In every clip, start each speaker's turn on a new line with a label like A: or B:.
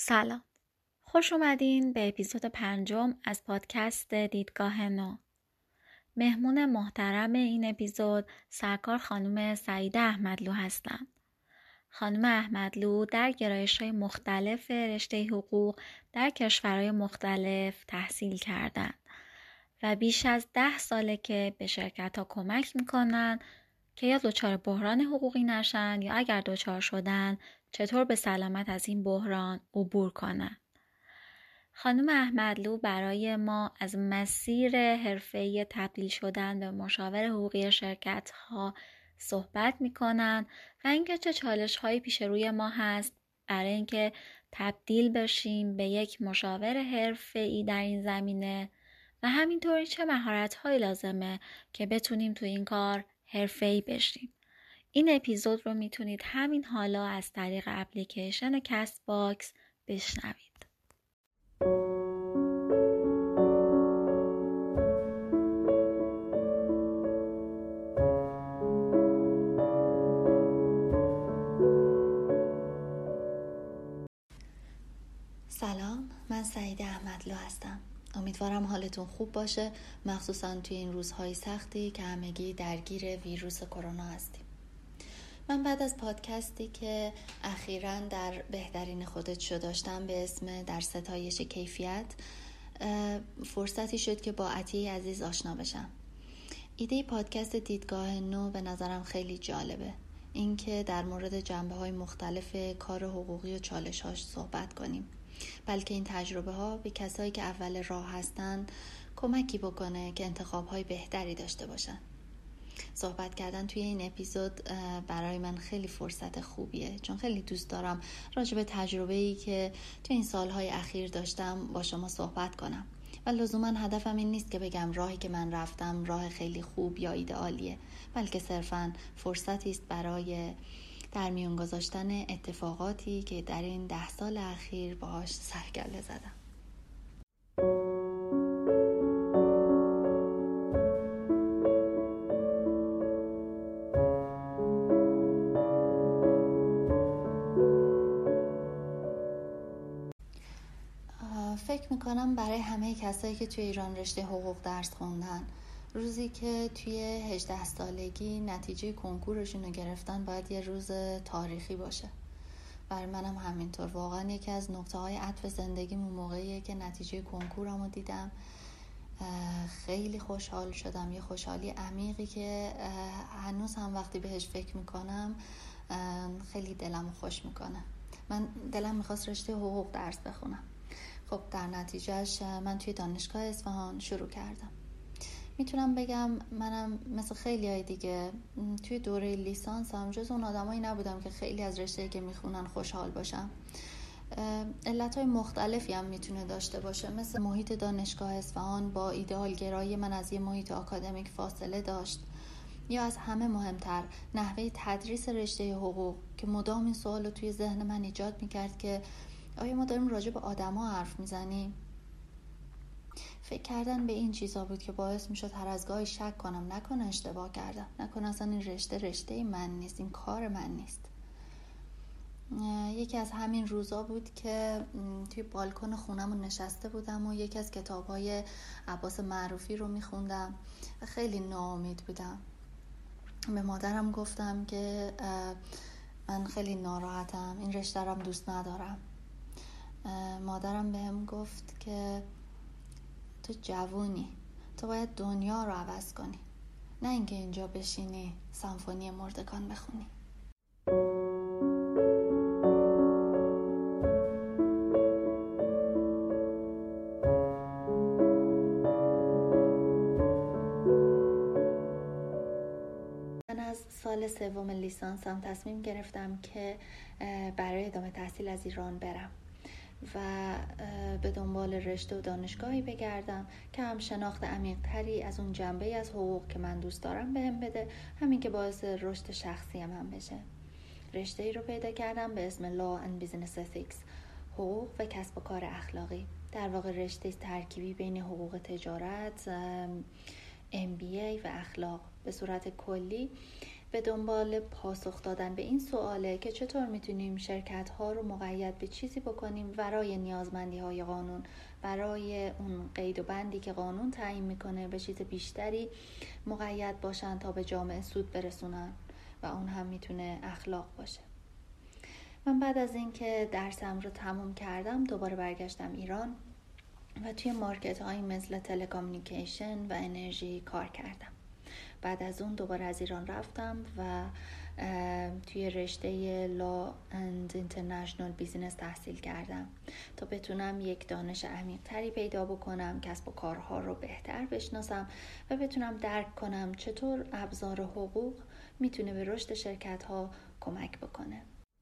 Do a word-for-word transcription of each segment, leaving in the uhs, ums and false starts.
A: سلام، خوش اومدین به اپیزود پنجم از پادکست دیدگاه نو. مهمون محترم این اپیزود سرکار خانم سعیده احمدلو هستند. خانم احمدلو در گرایش‌های مختلف رشته حقوق در کشورهای مختلف تحصیل کردند و بیش از ده ساله که به شرکت‌ها کمک میکنن که یا دچار بحران حقوقی نشن یا اگر دچار شدن چطور به سلامت از این بحران عبور کنن. خانم احمدلو برای ما از مسیر حرفه‌ای تبدیل شدن به مشاور حقوقی شرکت‌ها صحبت میکنن و اینکه چه چالش‌هایی پیش روی ما هست برای اینکه تبدیل بشیم به یک مشاور حرفه‌ای در این زمینه و همینطوری چه مهارت‌هایی لازمه که بتونیم تو این کار حرفه‌ای بشیم. این اپیزود رو میتونید همین حالا از طریق اپلیکیشن کست باکس بشنوید.
B: سلام، من سعیده احمدلو هستم. امیدوارم حالتون خوب باشه، مخصوصا توی این روزهای سختی که همگی درگیر ویروس کرونا هستیم. من بعد از پادکستی که اخیراً در بهترین خودت شو داشتم به اسم در ستایش کیفیت، فرصتی شد که با عطیه عزیز آشنا بشم. ایده پادکست دیدگاه نو به نظرم خیلی جالبه. اینکه در مورد جنبه‌های مختلف کار حقوقی و چالش‌هاش صحبت کنیم. بلکه این تجربه ها به کسایی که اول راه هستن کمکی بکنه که انتخاب‌های بهتری داشته باشن. صحبت کردن توی این اپیزود برای من خیلی فرصت خوبیه، چون خیلی دوست دارم راجع به تجربه‌ای که توی این سالهای اخیر داشتم با شما صحبت کنم. و لزوما هدفم این نیست که بگم راهی که من رفتم راه خیلی خوب یا ایدئالیه، بلکه صرفاً فرصتی است برای در میون گذاشتن اتفاقاتی که در این ده سال اخیر باهاش سرگله زدم. فکر میکنم برای همه کسایی که توی ایران رشته حقوق درس خوندن، روزی که توی هجده سالگی نتیجه کنکورشون رو گرفتن باید یه روز تاریخی باشه. برای منم همینطور. واقعا یکی از نقطه های عطف زندگیمون موقعیه که نتیجه کنکورم رو دیدم. خیلی خوشحال شدم، یه خوشحالی عمیقی که هنوز هم وقتی بهش فکر میکنم خیلی دلم خوش میکنه. من دلم میخواست رشته حقوق درس بخونم. خب در نتیجهش من توی دانشگاه اصفهان شروع کردم. میتونم بگم منم مثل خیلی های دیگه توی دوره لیسانس هم جز اون آدمایی نبودم که خیلی از رشته‌ای که میخونن خوشحال باشم. علتهای مختلفی هم میتونه داشته باشه، مثل محیط دانشگاه اصفهان با ایدئال گرایی من از یه محیط آکادمیک فاصله داشت، یا از همه مهمتر نحوه تدریس رشته حقوق که مدام این سوال رو توی ذهن من ایجاد میکرد که آیا ما داریم راجع به آدما حرف میزنیم؟ فکر کردن به این چیزا بود که باعث میشد هر از گاهی شک کنم نکنه اشتباه کردم، نکنه اصلا این رشته رشته من نیست، این کار من نیست. یکی از همین روزا بود که توی بالکن خونمون نشسته بودم و یکی از کتاب‌های عباس معروفی رو میخوندم و خیلی ناامید بودم. به مادرم گفتم که من خیلی ناراحتم، این رشته رو دوست ندارم. مادرم بهم گفت که تو جوونی، تو باید دنیا رو عوض کنی، نه اینکه اینجا بشینی سمفونی مردگان بخونی. من از سال سوم لیسانسم تصمیم گرفتم که برای ادامه تحصیل از ایران برم و به دنبال رشته و دانشگاهی بگردم که هم شناخت عمیق‌تری از اون جنبه از حقوق که من دوست دارم بهم بده، همین که باعث رشد شخصی هم بشه. رشته‌ای رو پیدا کردم به اسم Law and Business Ethics، حقوق و کسب و کار اخلاقی. در واقع رشته ترکیبی بین حقوق تجارت، ام بی ای و اخلاق. به صورت کلی به دنبال پاسخ دادن به این سواله که چطور میتونیم شرکت ها رو مقید به چیزی بکنیم ورای نیازمندی های قانون، برای اون قید و بندی که قانون تعیین میکنه به چیز بیشتری مقید باشن تا به جامعه سود برسونن و اون هم میتونه اخلاق باشه. من بعد از اینکه درسم رو تموم کردم دوباره برگشتم ایران و توی مارکت هایی مثل تلکامیونیکیشن و انرژی کار کردم. بعد از اون دوباره از ایران رفتم و توی رشته لا اند اینترنشنال بیزینس تحصیل کردم تا بتونم یک دانش عمیق تری پیدا بکنم، کسب و کارها رو بهتر بشناسم و بتونم درک کنم چطور ابزار حقوق میتونه به رشد شرکت ها کمک بکنه.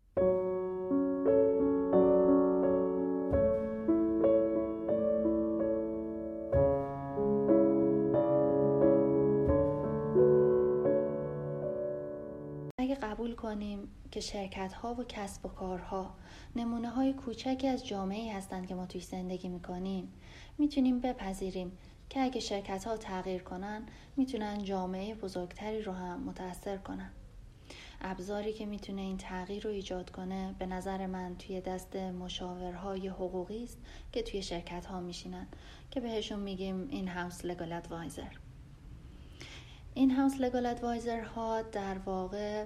B: اگه قبول کنیم که شرکت‌ها و کسب و کارها نمونه‌های کوچکی از جامعه‌ای هستند که ما توی زندگی می‌کنیم، میتونیم بپذیریم که اگه شرکت‌ها تغییر کنن، میتونن جامعه بزرگتری رو هم متأثر کنن. ابزاری که میتونه این تغییر رو ایجاد کنه به نظر من توی دست مشاورهای حقوقی است که توی شرکت‌ها میشینن که بهشون میگیم این هاوس لگال ادوایزر. این هاوس لگال ادوایزر ها در واقع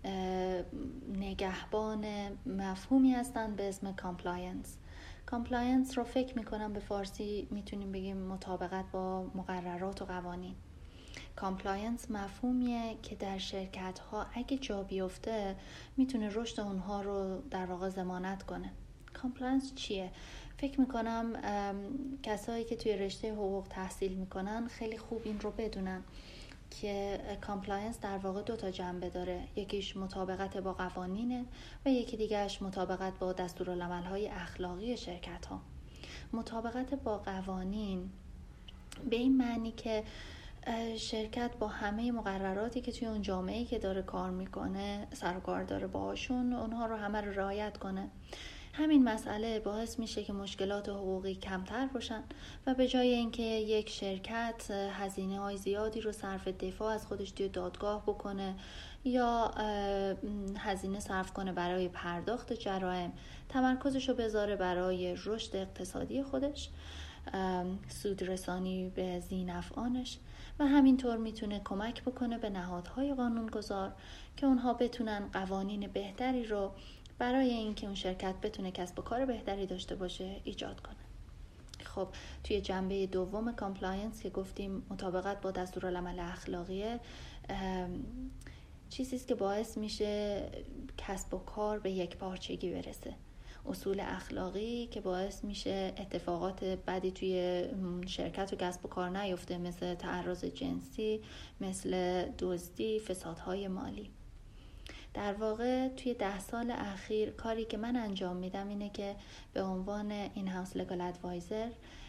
B: نگهبان مفهومی هستند به اسم کامپلاینس. کامپلاینس رو فکر میکنم به فارسی میتونیم بگیم مطابقت با مقررات و قوانین. کامپلاینس مفهومیه که در شرکت ها اگه جا بیفته میتونه رشد اونها رو در واقع ضمانت کنه. کامپلاینس چیه؟ فکر میکنم کسایی که توی رشته حقوق تحصیل میکنن خیلی خوب این رو بدونن که کامپلاینس در واقع دو تا جنبه داره. یکیش مطابقت با قوانینه و یکی دیگهش مطابقت با دستورالعمل‌های اخلاقی شرکت ها. مطابقت با قوانین به این معنی که شرکت با همه مقرراتی که توی اون جامعه‌ای که داره کار میکنه سر و کار داره باهاشون، اونها رو همه رو رعایت کنه. همین مسئله باعث میشه که مشکلات حقوقی کمتر باشن و به جای اینکه یک شرکت هزینه های زیادی رو صرف دفاع از خودش توی دادگاه بکنه یا هزینه صرف کنه برای پرداخت جرایم، تمرکزش رو بذاره برای رشد اقتصادی خودش، سودرسانی به ذینفعانش و همینطور میتونه کمک بکنه به نهادهای قانونگذار که اونها بتونن قوانین بهتری رو برای اینکه اون شرکت بتونه کسب و کار بهتری داشته باشه ایجاد کنه. خب توی جنبه دوم کامپلاینس که گفتیم مطابقت با دستورالعمل اخلاقیه، چیزیست که باعث میشه کسب و کار به یک پارچگی برسه. اصول اخلاقی که باعث میشه اتفاقات بدی توی شرکت و کسب و کار نیفته، مثل تعرض جنسی، مثل دزدی، فسادهای مالی. در واقع توی ده سال اخیر کاری که من انجام میدم اینه که به عنوان این هاوس لگال ادوایزر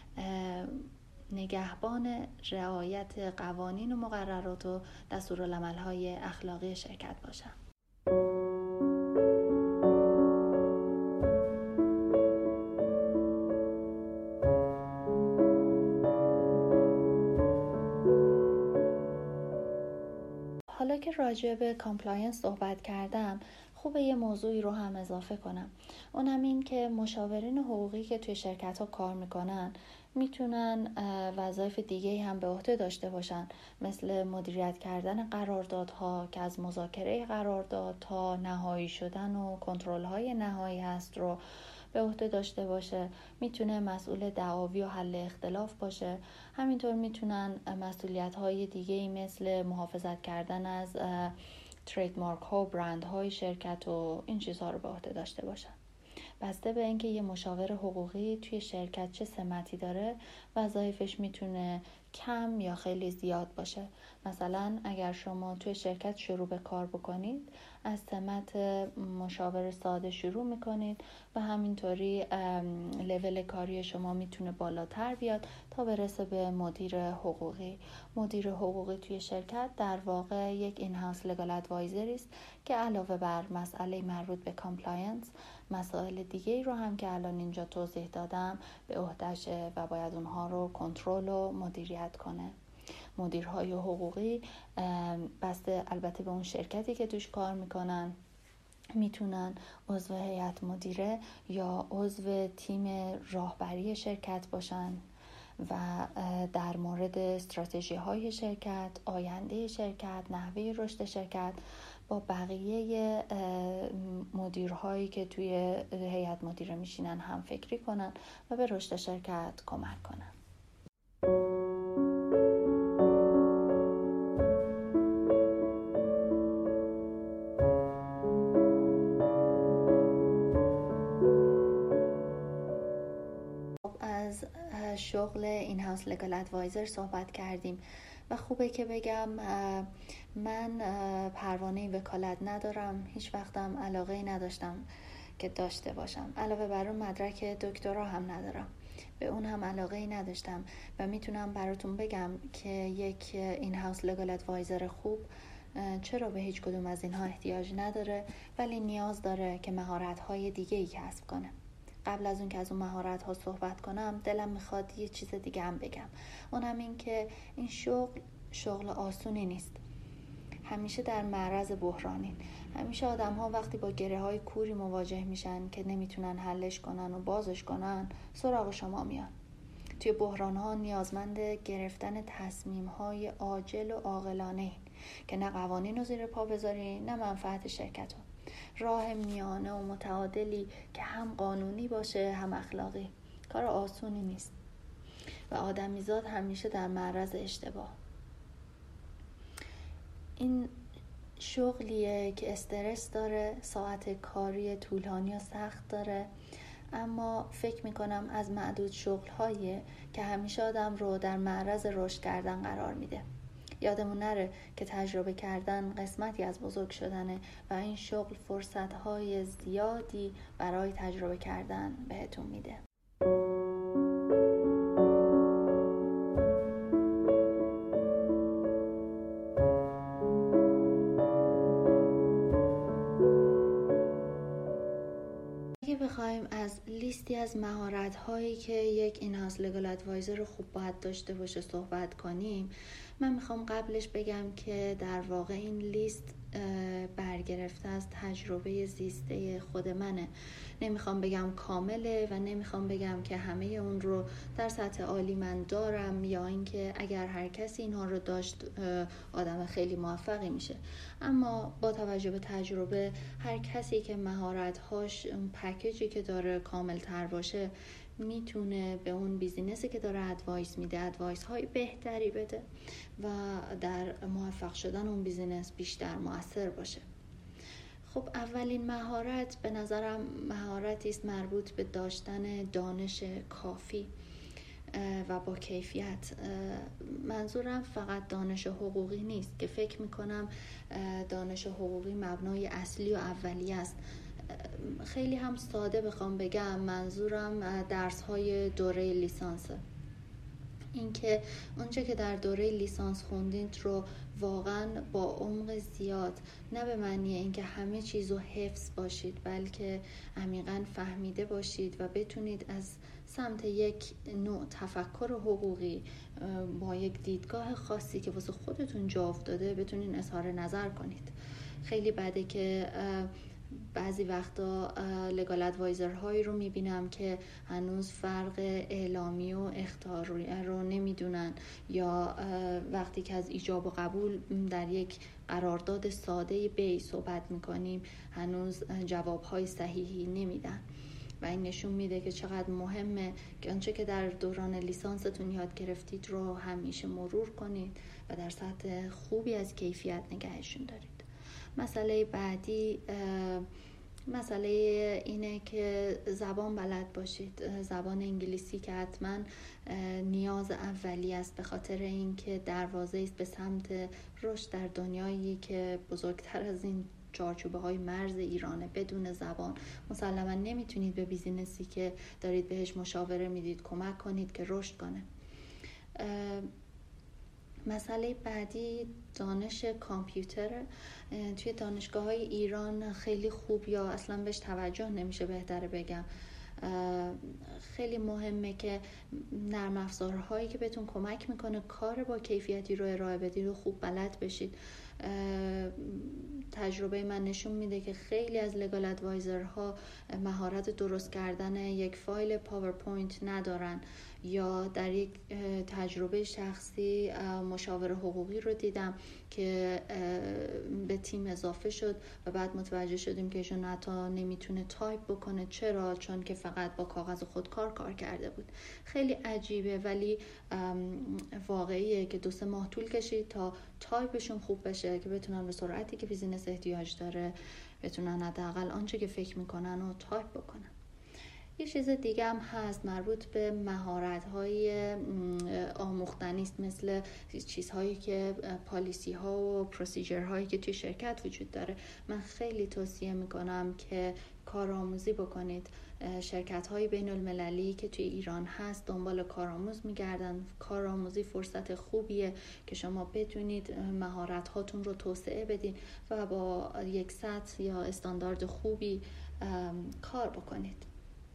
B: نگهبان رعایت قوانین و مقررات و دستورالعمل‌های اخلاقی شرکت باشم. حالا که راجع به کامپلاینس صحبت کردم، خوبه یه موضوعی رو هم اضافه کنم. اونم این که مشاورین حقوقی که توی شرکت ها کار میکنن میتونن وظایف دیگه هم به عهده داشته باشن، مثل مدیریت کردن قراردادها که از مذاکره قرارداد تا نهایی شدن و کنترل های نهایی هست رو به عهده داشته باشه. میتونه مسئول دعاوی و حل اختلاف باشه. همینطور میتونن مسئولیت های دیگه مثل محافظت کردن از ترید مارک ها و برند های شرکت و این چیزها رو به عهده داشته باشن. بسته به اینکه یه مشاور حقوقی توی شرکت چه سمتی داره، وظایفش میتونه کم یا خیلی زیاد باشه. مثلا اگر شما توی شرکت شروع به کار بکنید، از سمت مشاور ساده شروع میکنید و همینطوری لول کاری شما میتونه بالاتر بیاد تا برسه به مدیر حقوقی. مدیر حقوقی توی شرکت در واقع یک این هاوس لگال ادوایزری است که علاوه بر مسئله مربوط به کامپلاینس، مسائل دیگه‌ای رو هم که الان اینجا توضیح دادم به عهده‌شه و باید اونها رو کنترل و مدیریت کنه. مدیرهای حقوقی بسته البته به اون شرکتی که توش کار میکنن میتونن عضو هیئت مدیره یا عضو تیم راهبری شرکت باشن و در مورد استراتژی های شرکت، آینده شرکت، نحوه رشد شرکت با بقیه مدیرهایی که توی هیئت مدیره میشینن هم فکری کنن و به رشد شرکت کمک کنن. از شغل این هاوس لگال ادوایزر صحبت کردیم و خوبه که بگم من پروانه وکالت ندارم، هیچ وقتم علاقه نداشتم که داشته باشم. علاوه بر اون مدرک دکترا هم ندارم، به اون هم علاقه نداشتم و میتونم براتون بگم که یک این هاوس لگال ادوایزر خوب چرا به هیچ کدوم از اینها احتیاج نداره، ولی نیاز داره که مهارت‌های دیگه‌ای کسب کنه. قبل از اون که از اون مهارت ها صحبت کنم دلم میخواد یه چیز دیگه هم بگم، اونم این که این شغل شغل آسونی نیست. همیشه در معرض بحرانین. همیشه آدم ها وقتی با گره های کوری مواجه میشن که نمیتونن حلش کنن و بازش کنن سراغ شما میان. توی بحران ها نیازمند گرفتن تصمیم های عاجل و عاقلانه که نه قوانین رو زیر پا بذاری نه منفعت شرکت رو. راه میانه و متعادلی که هم قانونی باشه هم اخلاقی. کار آسونی نیست و آدمیزاد همیشه در معرض اشتباه. این شغلیه که استرس داره، ساعت کاری طولانی و سخت داره، اما فکر میکنم از معدود شغل‌هاییه که همیشه آدم رو در معرض رشد کردن قرار میده. یادمون نره که تجربه کردن قسمتی از بزرگ شدنه و این شغل فرصت‌های زیادی برای تجربه کردن بهتون میده. اگه بخوایم از لیستی از مهارت‌هایی که یک این هاوس لگال ادوایزر خوب باید داشته باشه صحبت کنیم، من میخوام قبلش بگم که در واقع این لیست برگرفته از تجربه زیسته خود منه. نمیخوام بگم کامله و نمیخوام بگم که همه اون رو در سطح عالی من دارم یا اینکه اگر هر کسی اینها رو داشت آدم خیلی موفقی میشه، اما با توجه به تجربه هر کسی که مهارت‌هاش اون پکیجی که داره کامل تر باشه میتونه به اون بیزینسی که داره ادوایس میده ادوایس های بهتری بده و در موفق شدن اون بیزینس بیشتر مؤثر باشه. خب اولین مهارت به نظرم مهارتی است مربوط به داشتن دانش کافی و با کیفیت. منظورم فقط دانش حقوقی نیست که فکر میکنم دانش حقوقی مبنای اصلی و اولیه است. خیلی هم ساده بخوام بگم منظورم درس های دوره لیسانسه. این که اونچه که در دوره لیسانس خوندید رو واقعا با عمق زیاد، نه به معنی اینکه همه چیزو حفظ باشید، بلکه عمیقاً فهمیده باشید و بتونید از سمت یک نوع تفکر حقوقی با یک دیدگاه خاصی که واسه خودتون جا افتاده بتونین اظهار نظر کنید. خیلی بده که بعضی وقتا لگال ادوایزر هایی رو میبینم که هنوز فرق اعلامی و اخطار رو نمیدونن یا وقتی که از ایجاب و قبول در یک قرارداد ساده بی صحبت میکنیم هنوز جوابهای صحیحی نمیدن و این نشون میده که چقدر مهمه که آنچه که در دوران لیسانستون یاد گرفتید رو همیشه مرور کنید و در سطح خوبی از کیفیت نگهشون دارید. مسئله بعدی مسئله اینه که زبان بلد باشید، زبان انگلیسی که حتما نیاز اولی است به خاطر اینکه دروازه است به سمت رشد در دنیایی که بزرگتر از این چارچوبه های مرز ایرانه. بدون زبان مسلما نمیتونید به بیزینسی که دارید بهش مشاوره میدید کمک کنید که رشد کنه. مسئله بعدی دانش کامپیوتر. توی دانشگاه های ایران خیلی خوب یا اصلا بهش توجه نمیشه، بهتره بگم، خیلی مهمه که نرم افزارهایی که بهتون کمک میکنه کار با کیفیتی رو ارائه بدید و خوب بلد بشید. تجربه من نشون میده که خیلی از لگال ادوایزرها مهارت درست کردن یک فایل پاورپوینت ندارن، یا در یک تجربه شخصی مشاور حقوقی رو دیدم که به تیم اضافه شد و بعد متوجه شدیم که ایشون حتی نمیتونه تایپ بکنه. چرا؟ چون که فقط با کاغذ خودکار کار کرده بود. خیلی عجیبه ولی واقعیه که دو سه ماه طول کشید تا تایپشون خوب بشه که بتونن به سرعتی که بیزینس احتیاج داره بتونن حداقل آنچه که فکر میکنن رو تایپ بکنن. یه چیز دیگه هم هست مربوط به مهارت‌های آموختنی است، مثل چیزهایی که پالیسی ها و پروسیجر هایی که توی شرکت وجود داره. من خیلی توصیه میکنم که کارآموزی بکنید. شرکت های بین المللی که توی ایران هست دنبال کارآموز میگردن. کارآموزی فرصت خوبیه که شما بتونید مهارت هاتون رو توسعه بدین و با یک سطح یا استاندارد خوبی کار بکنید.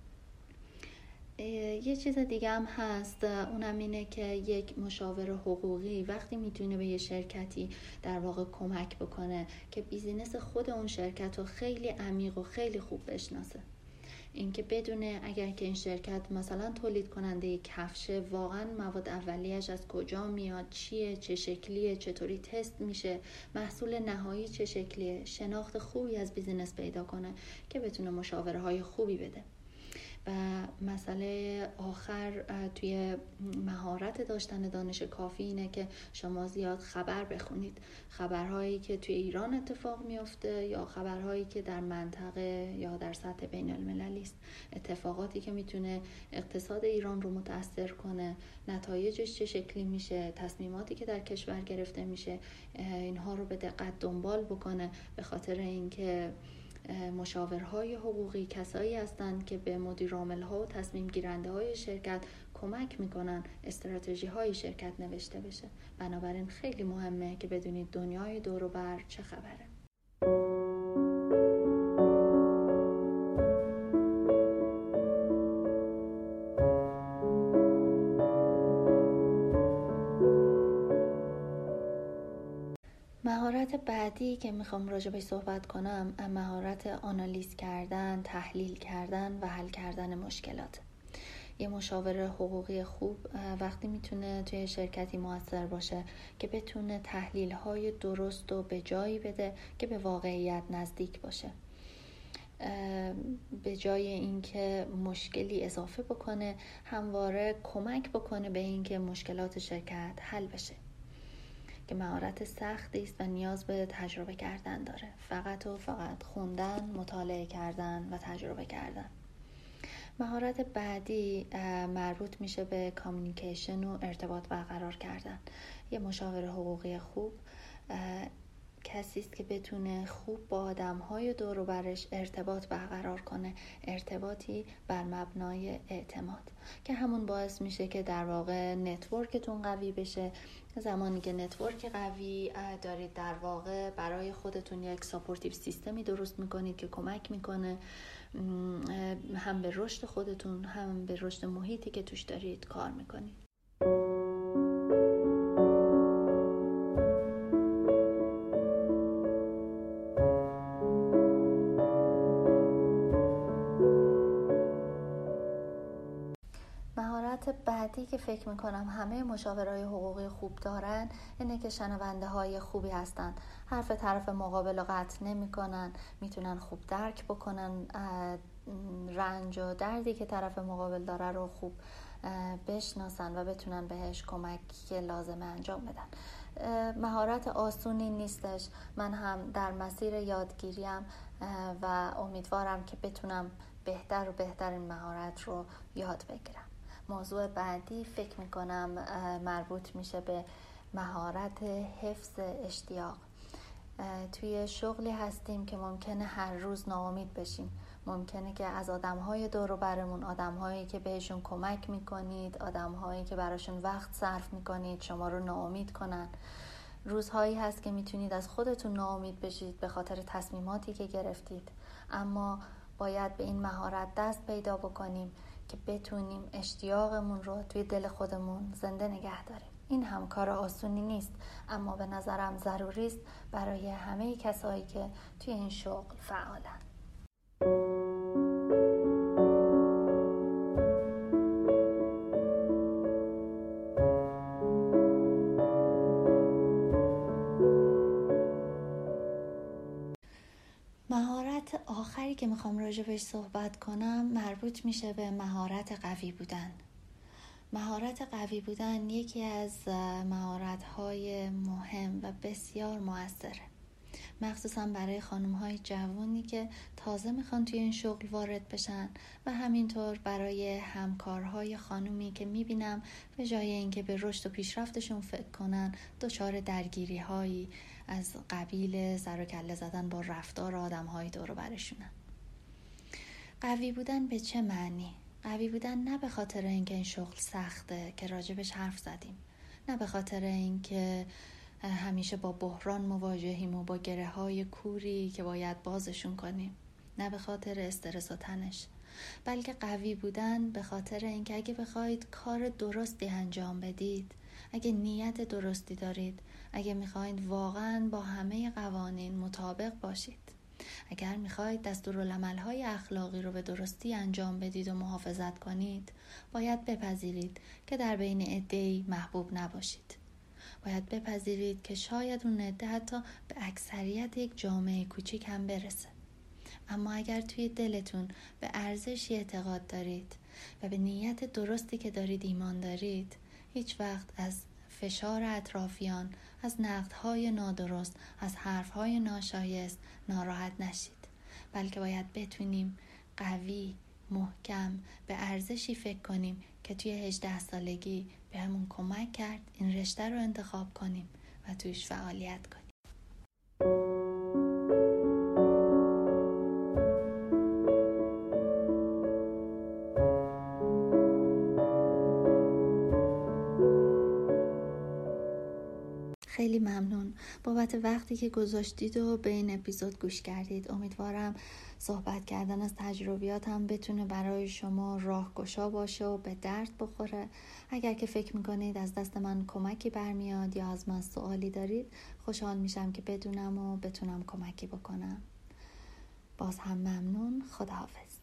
B: یه چیز دیگه هم هست، اونم اینه که یک مشاور حقوقی وقتی میتونه به یه شرکتی در واقع کمک بکنه که بیزینس خود اون شرکت رو خیلی عمیق و خیلی خوب بشناسه. این که بدونه اگر که این شرکت مثلا تولید کننده یک کفشه، واقعا مواد اولیه‌اش از کجا میاد، چیه، چه شکلیه، چطوری تست میشه، محصول نهایی چه شکلیه، شناخت خوبی از بیزینس پیدا کنه که بتونه مشاوره های خوبی بده. و مسئله آخر توی مهارت داشتن دانش کافی اینه که شما زیاد خبر بخونید. خبرهایی که توی ایران اتفاق میفته یا خبرهایی که در منطقه یا در سطح بین المللی است. اتفاقاتی که میتونه اقتصاد ایران رو متاثر کنه، نتایجش چه شکلی میشه، تصمیماتی که در کشور گرفته میشه، اینها رو به دقت دنبال بکنه، به خاطر اینکه مشاورهای حقوقی کسایی هستند که به مدیر عامل‌ها و تصمیم گیرنده های شرکت کمک میکنن استراتژی های شرکت نوشته بشه. بنابراین خیلی مهمه که بدونید دنیای دور و بر چه خبره. مهارت بعدی که میخوام راجبش صحبت کنم مهارت آنالیز کردن، تحلیل کردن و حل کردن مشکلات. یه مشاور حقوقی خوب وقتی میتونه توی شرکتی موثر باشه که بتونه تحلیل‌های درست و به جایی بده که به واقعیت نزدیک باشه، به جای اینکه مشکلی اضافه بکنه همواره کمک بکنه به اینکه مشکلات شرکت حل بشه، که مهارت سختی است و نیاز به تجربه کردن داره. فقط و فقط خوندن، مطالعه کردن و تجربه کردن. مهارت بعدی مربوط میشه به کامیونیکیشن و ارتباط برقرار کردن. یه مشاور حقوقی خوب کسی است که بتونه خوب با آدم‌های دور و برش ارتباط برقرار کنه، ارتباطی بر مبنای اعتماد، که همون باعث میشه که در واقع نتورکتون قوی بشه. زمانی که نتورک قوی دارید در واقع برای خودتون یک ساپورتیو سیستمی درست میکنید که کمک میکنه هم به رشد خودتون هم به رشد محیطی که توش دارید کار میکنید. بعدی که فکر میکنم همه مشاورای حقوقی خوب دارن اینه که شنونده های خوبی هستن. حرف طرف مقابل رو قطع نمی کنن، میتونن خوب درک بکنن رنج و دردی که طرف مقابل داره رو خوب بشناسن و بتونن بهش کمک که لازمه انجام بدن. مهارت آسونی نیستش. من هم در مسیر یادگیریم و امیدوارم که بتونم بهتر و بهتر این مهارت رو یاد بگیرم. موضوع بعدی فکر میکنم مربوط میشه به مهارت حفظ اشتیاق. توی شغلی هستیم که ممکنه هر روز ناامید بشیم. ممکنه که از آدمهای دور و برمون، آدمهایی که بهشون کمک میکنید، آدمهایی که براشون وقت صرف میکنید شما رو ناامید کنن. روزهایی هست که میتونید از خودتون ناامید بشید به خاطر تصمیماتی که گرفتید، اما باید به این مهارت دست پیدا بکنیم که بتونیم اشتیاقمون رو توی دل خودمون زنده نگه داریم. این هم کار آسونی نیست، اما به نظرم ضروری است برای همه کسایی که توی این شغل فعالن. مهارت آخری که میخوام راجبش صحبت کنم مربوط میشه به مهارت قوی بودن. مهارت قوی بودن یکی از مهارت‌های مهم و بسیار مؤثره، مخصوصا برای خانم‌های جوانی که تازه میخوان توی این شغل وارد بشن و همینطور برای همکارهای خانومی که میبینم به جای اینکه به رشد و پیشرفتشون فکر کنن دچار درگیری‌هایی از قبیل سر و کله زدن با رفتار آدم‌های دور و برشونن. قوی بودن به چه معنی؟ قوی بودن نه به خاطر اینکه این شغل سخته که راجبش حرف زدیم، نه به خاطر اینکه همیشه با بحران مواجهیم و با گره های کوری که باید بازشون کنیم، نه به خاطر استرس و تنش، بلکه قوی بودن به خاطر اینکه اگه بخواید کار درستی انجام بدید، اگه نیت درستی دارید، اگه میخواید واقعا با همه قوانین مطابق باشید، اگر میخواید دستورالعمل‌های اخلاقی رو به درستی انجام بدید و محافظت کنید، باید بپذیرید که در بین عده‌ای محبوب نباشید. باید بپذیرید که شاید اون عده حتی به اکثریت یک جامعه کوچیک هم برسه. اما اگر توی دلتون به ارزشی اعتقاد دارید و به نیت درستی که دارید ایمان دارید، هیچ وقت از فشار اطرافیان، از نقدهای نادرست، از حرفهای ناشایست ناراحت نشید، بلکه باید بتونیم قوی، محکم به ارزشی فکر کنیم که توی هجده سالگی به همون کمک کرد این رشته رو انتخاب کنیم و تویش فعالیت کنیم. خیلی ممنون بابت وقتی که گذاشتید و به این اپیزود گوش کردید. امیدوارم صحبت کردن از تجربیاتم بتونه برای شما راهگشا باشه و به درد بخوره. اگر که فکر میکنید از دست من کمکی برمیاد یا از من سوالی دارید، خوشحال میشم که بدونم و بتونم کمکی بکنم. باز هم ممنون. خداحافظ.